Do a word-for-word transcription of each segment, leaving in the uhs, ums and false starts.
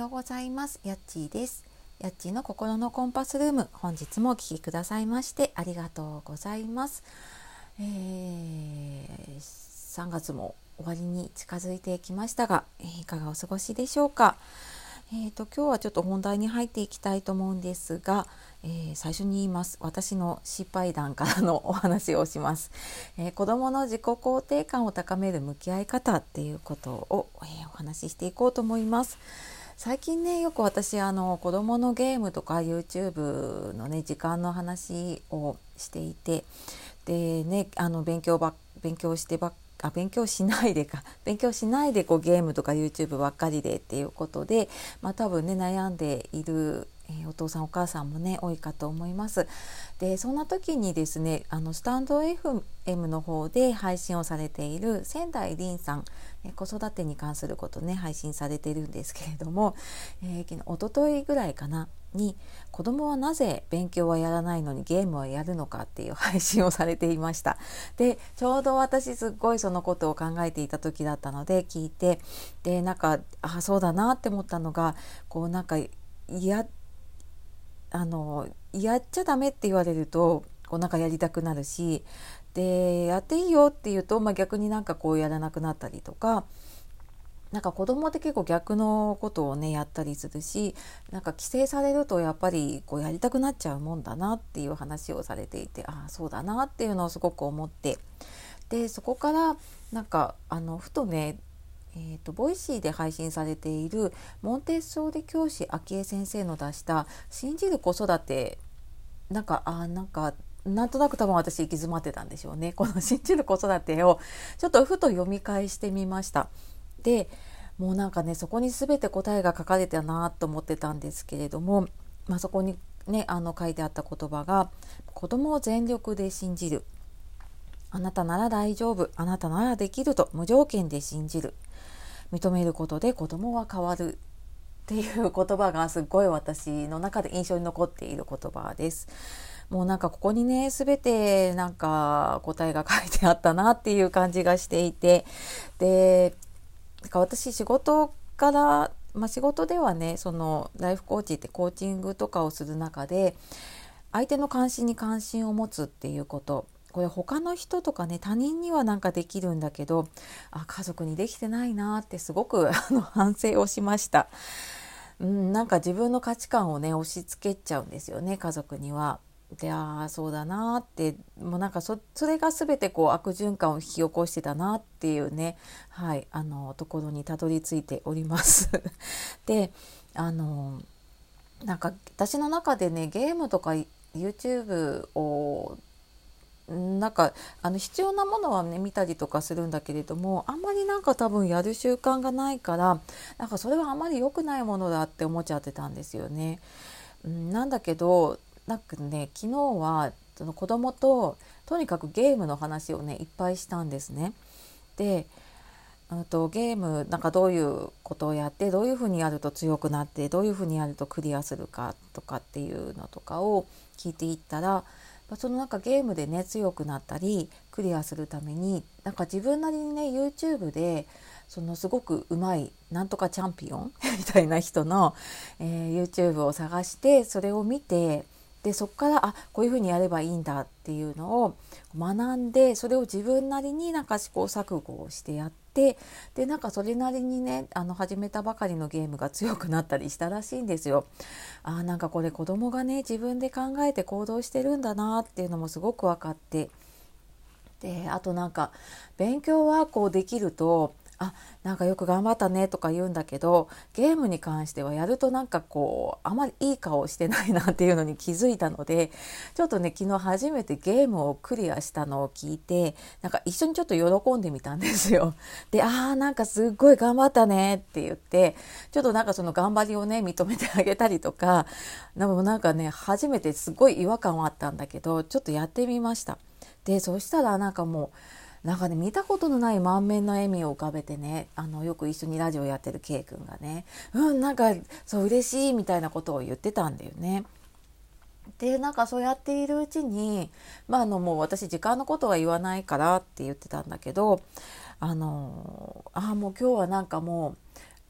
ようございます。やっちーです。やっちーの心のコンパスルーム、本日もお聞きくださいましてありがとうございます。えー、さんがつも終わりに近づいてきましたが、えー、いかがお過ごしでしょうか。えーと、今日はちょっと本題に入っていきたいと思うんですが、えー、最初に言います。私の失敗談からのお話をします。えー、子どもの自己肯定感を高める向き合い方っていうことを、えー、お話ししていこうと思います。最近ね、よく私あの子どものゲームとか YouTube のね時間の話をしていて、でね、あの勉強ば勉強してばっあ勉強しないでか勉強しないでこうゲームとか YouTube ばっかりでっていうことで、まあ、多分ね悩んでいる、えー、お父さんお母さんもね多いかと思います。でそんな時にですね、あのスタンド エフエム の方で配信をされている仙台凛さん、えー、子育てに関することね配信されているんですけれども、えー、おとといぐらいかなに子供はなぜ勉強はやらないのにゲームはやるのかっていう配信をされていました。でちょうど私すっごいそのことを考えていた時だったので聞いて、でなんかあそうだなって思ったのが、こうなんかやあのやっちゃダメって言われるとこうなんかやりたくなるし、でやっていいよって言うと、まあ、逆になんかこうやらなくなったりとか、なんか子供って結構逆のことをねやったりするし、なんか規制されるとやっぱりこうやりたくなっちゃうもんだなっていう話をされていて、ああそうだなっていうのをすごく思って、でそこからなんかあのふとね、えーと、ボイシーで配信されているモンテッソーリ教師昭恵先生の出した信じる子育て、なんかあなんかなんとなく多分私行き詰まってたんでしょうね。この信じる子育てをちょっとふと読み返してみました。でもうなんかねそこに全て答えが書かれてたなと思ってたんですけれども、まあ、そこにねあの書いてあった言葉が、子供を全力で信じる、あなたなら大丈夫、あなたならできると無条件で信じる、認めることで子供は変わるっていう言葉がすごい私の中で印象に残っている言葉です。もうなんかここにね全てなんか答えが書いてあったなっていう感じがしていて、で私仕事から、まあ、仕事ではねそのライフコーチってコーチングとかをする中で、相手の関心に関心を持つっていうこと、これ他の人とかね他人にはなんかできるんだけど、あ家族にできてないなってすごくあの反省をしました。うん、なんか自分の価値観をね押し付けちゃうんですよね、家族には。であそうだなって、もうなんか そ, それが全てこう悪循環を引き起こしてたなっていうね、はい、あのところにたどり着いておりますであのなんか私の中でねゲームとか YouTube をなんかあの必要なものはね見たりとかするんだけれども、あんまりなんか多分やる習慣がないから、なんかそれはあんまり良くないものだって思っちゃってたんですよね。うん、なんだけどなんかね昨日はその子供ととにかくゲームの話をねいっぱいしたんですね。でうんとゲームなんかどういうことをやってどういうふうにやると強くなってどういうふうにやるとクリアするかとかっていうのとかを聞いていったら、そのなんかゲームでね強くなったりクリアするためになんか自分なりにね YouTube でそのすごくうまいなんとかチャンピオンみたいな人の、えー、YouTube を探してそれを見て、でそこからあこういうふうにやればいいんだっていうのを学んで、それを自分なりになんか試行錯誤をしてやって、でなんかそれなりにねあの始めたばかりのゲームが強くなったりしたらしいんですよ。あなんかこれ子供がね自分で考えて行動してるんだなっていうのもすごく分かって、であとなんか勉強はこうできるとあなんかよく頑張ったねとか言うんだけど、ゲームに関してはやるとなんかこうあまりいい顔してないなっていうのに気づいたので、ちょっとね昨日初めてゲームをクリアしたのを聞いて、なんか一緒にちょっと喜んでみたんですよ。であーなんかすっごい頑張ったねって言って、ちょっとなんかその頑張りをね認めてあげたりとか、でもなんかね初めてすごい違和感はあったんだけどちょっとやってみました。でそしたらなんかもうなんかね見たことのない満面の笑みを浮かべてね、あのよく一緒にラジオやってる K 君がね、うんなんかそう嬉しいみたいなことを言ってたんだよね。でなんかそうやっているうちに、まあ、あのもう私時間のことは言わないからって言ってたんだけど、あのあもう今日はなんかも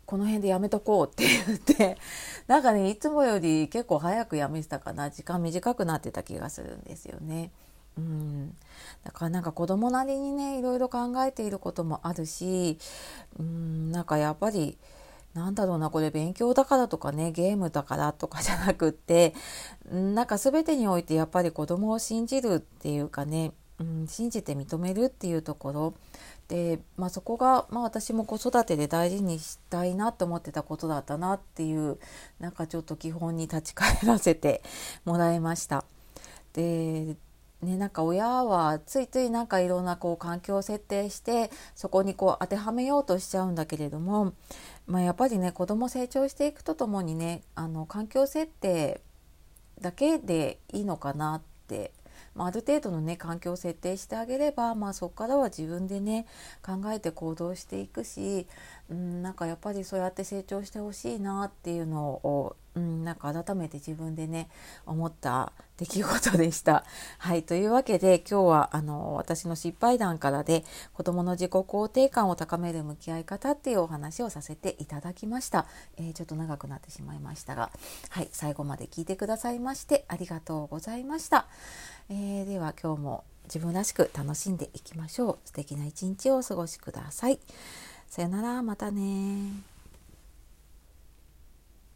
この辺でやめとこうって言ってなんかねいつもより結構早くやめてたかな、時間短くなってた気がするんですよね。うん、だからなんか子供なりにねいろいろ考えていることもあるし、うん、なんかやっぱりなんだろうな、これ勉強だからとかねゲームだからとかじゃなくって、なんか全てにおいてやっぱり子供を信じるっていうかね、うん、信じて認めるっていうところで、まあ、そこが、まあ、私も子育てで大事にしたいなと思ってたことだったなっていう、なんかちょっと基本に立ち返らせてもらいました。でね、なんか親はついついなんかいろんなこう環境を設定してそこにこう当てはめようとしちゃうんだけれども、まあ、やっぱりね子供成長していくとともにね、あの環境設定だけでいいのかなって、まあ、ある程度のね環境を設定してあげれば、まあ、そこからは自分でね考えて行動していくし、うん、なんかやっぱりそうやって成長してほしいなっていうのを、うん、なんか改めて自分でね思った出来事でした。はい、というわけで今日はあの私の失敗談からで子どもの自己肯定感を高める向き合い方っていうお話をさせていただきました。えー、ちょっと長くなってしまいましたが、はい、最後まで聞いてくださいましてありがとうございました。えー、では今日も自分らしく楽しんでいきましょう。素敵な一日をお過ごしください。さよなら、またね。